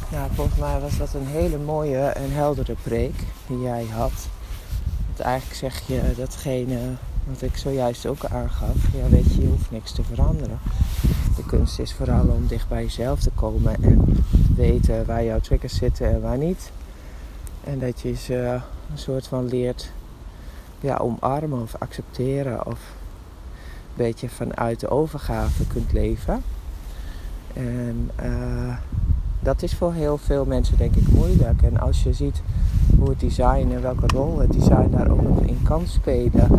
Nou, volgens mij was dat een hele mooie en heldere preek die jij had. Want eigenlijk zeg je datgene wat ik zojuist ook aangaf. Ja, weet je hoeft niks te veranderen. De kunst is vooral om dicht bij jezelf te komen en te weten waar jouw triggers zitten en waar niet. En dat je ze een soort van leert omarmen of accepteren of een beetje vanuit de overgave kunt leven. En dat is voor heel veel mensen denk ik moeilijk. En als je ziet hoe het design en welke rol het design daar ook nog in kan spelen.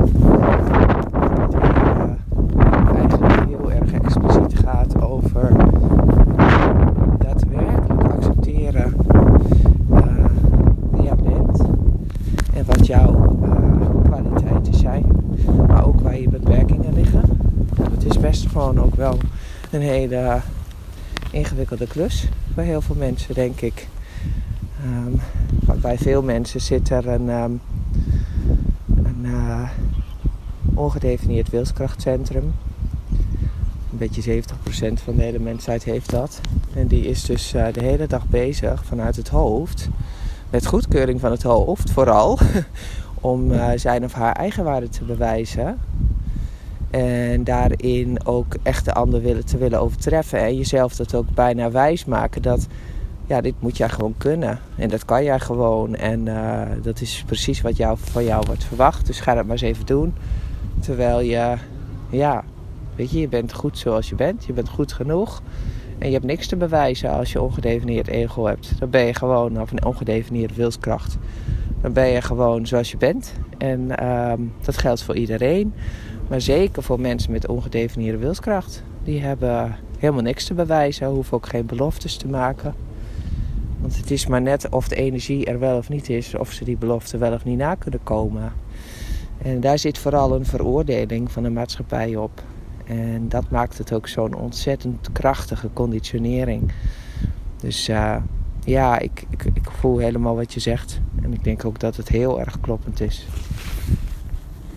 Die eigenlijk heel erg expliciet gaat over daadwerkelijk accepteren wie jij bent. En wat jouw kwaliteiten zijn. Maar ook waar je beperkingen liggen. Het is best gewoon ook wel een hele ingewikkelde klus bij heel veel mensen, denk ik. Bij veel mensen zit er een ongedefinieerd wilskrachtcentrum. Een beetje 70% van de hele mensheid heeft dat. En die is dus de hele dag bezig vanuit het hoofd, met goedkeuring van het hoofd vooral, om zijn of haar eigenwaarde te bewijzen. En daarin ook echt de ander te willen overtreffen. En jezelf dat ook bijna wijs maken. Dat, dit moet jij gewoon kunnen. En dat kan jij gewoon. En dat is precies wat van jou wordt verwacht. Dus ga dat maar eens even doen. Terwijl je bent goed zoals je bent. Je bent goed genoeg. En je hebt niks te bewijzen als je ongedefinieerd ego hebt. Dan ben je gewoon, of een ongedefinieerde wilskracht. Dan ben je gewoon zoals je bent. En dat geldt voor iedereen. Maar zeker voor mensen met ongedefinieerde wilskracht. Die hebben helemaal niks te bewijzen. Hoeven ook geen beloftes te maken. Want het is maar net of de energie er wel of niet is. Of ze die belofte wel of niet na kunnen komen. En daar zit vooral een veroordeling van de maatschappij op. En dat maakt het ook zo'n ontzettend krachtige conditionering. Dus ik voel helemaal wat je zegt. En ik denk ook dat het heel erg kloppend is.